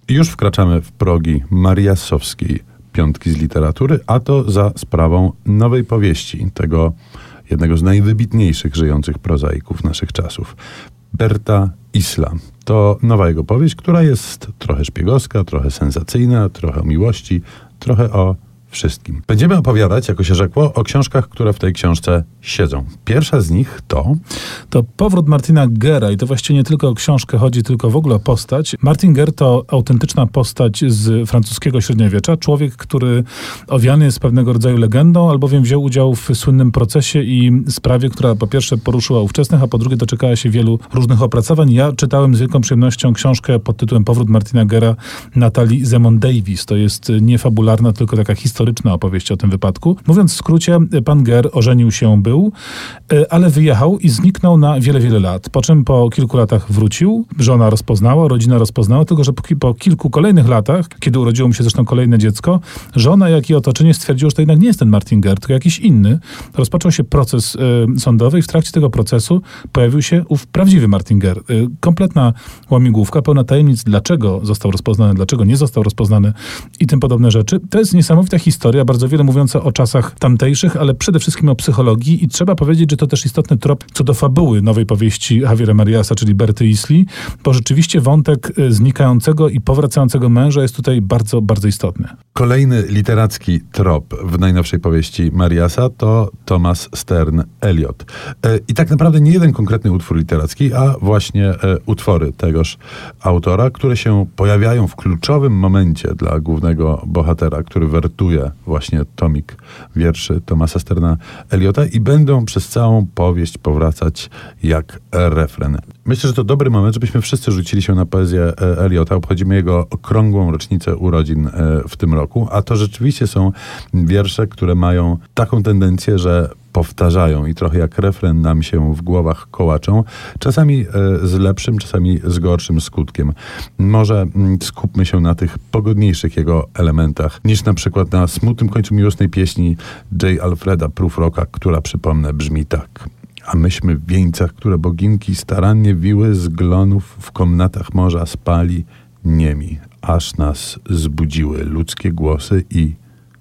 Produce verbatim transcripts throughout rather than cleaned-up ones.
Już wkraczamy w progi mariasowskiej piątki z literatury, a to za sprawą nowej powieści tego jednego z najwybitniejszych żyjących prozaików naszych czasów. Berta Isla. To nowa jego powieść, która jest trochę szpiegowska, trochę sensacyjna, trochę o miłości, trochę o wszystkim. Będziemy opowiadać, jako się rzekło, o książkach, które w tej książce siedzą. Pierwsza z nich to... To Powrót Martina Gera i to właściwie nie tylko o książkę chodzi, tylko w ogóle o postać. Martin Guer to autentyczna postać z francuskiego średniowiecza. Człowiek, który owiany jest pewnego rodzaju legendą, albowiem wziął udział w słynnym procesie i sprawie, która po pierwsze poruszyła ówczesnych, a po drugie doczekała się wielu różnych opracowań. Ja czytałem z wielką przyjemnością książkę pod tytułem Powrót Martina Gera Natalii Zemon-Davis. To jest nie fabularna, tylko taka historia historyczna opowieść o tym wypadku. Mówiąc w skrócie, pan Guer ożenił się był, ale wyjechał i zniknął na wiele, wiele lat. Po czym po kilku latach wrócił, żona rozpoznała, rodzina rozpoznała, tylko że po, po kilku kolejnych latach, kiedy urodziło mu się zresztą kolejne dziecko, żona, jak i otoczenie stwierdziło, że to jednak nie jest ten Martin Guer, tylko jakiś inny. Rozpoczął się proces y, sądowy i w trakcie tego procesu pojawił się ów prawdziwy Martin Guer. Y, kompletna łamigłówka, pełna tajemnic, dlaczego został rozpoznany, dlaczego nie został rozpoznany i tym podobne rzeczy. To jest niesamowita historia. Historia, bardzo wiele mówiąca o czasach tamtejszych, ale przede wszystkim o psychologii i trzeba powiedzieć, że to też istotny trop co do fabuły nowej powieści Javiera Mariasa, czyli Berty Isli, bo rzeczywiście wątek znikającego i powracającego męża jest tutaj bardzo, bardzo istotny. Kolejny literacki trop w najnowszej powieści Mariasa to Thomas Stern Eliot. I tak naprawdę nie jeden konkretny utwór literacki, a właśnie utwory tegoż autora, które się pojawiają w kluczowym momencie dla głównego bohatera, który wertuje właśnie tomik wierszy Thomasa Sterna Eliota i będą przez całą powieść powracać jak refren. Myślę, że to dobry moment, żebyśmy wszyscy rzucili się na poezję Eliota. Obchodzimy jego okrągłą rocznicę urodzin w tym roku, a to rzeczywiście są wiersze, które mają taką tendencję, że powtarzają i trochę jak refren nam się w głowach kołaczą. Czasami z lepszym, czasami z gorszym skutkiem. Może skupmy się na tych pogodniejszych jego elementach, niż na przykład na smutnym końcu miłosnej pieśni J. Alfreda Prufrocka, która, przypomnę, brzmi tak. A myśmy w wieńcach, które boginki starannie wiły z glonów w komnatach morza spali niemi, aż nas zbudziły ludzkie głosy i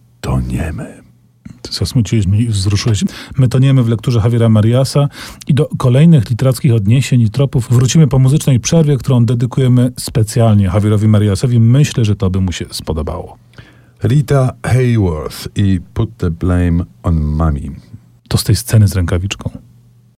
toniemy. Zasmuciłeś mnie i wzruszyłeś. My toniemy w lekturze Javiera Mariasa i do kolejnych literackich odniesień i tropów wrócimy po muzycznej przerwie, którą dedykujemy specjalnie Javierowi Mariasowi. Myślę, że to by mu się spodobało. Rita Hayworth i Put the Blame on Mommy. To z tej sceny z rękawiczką.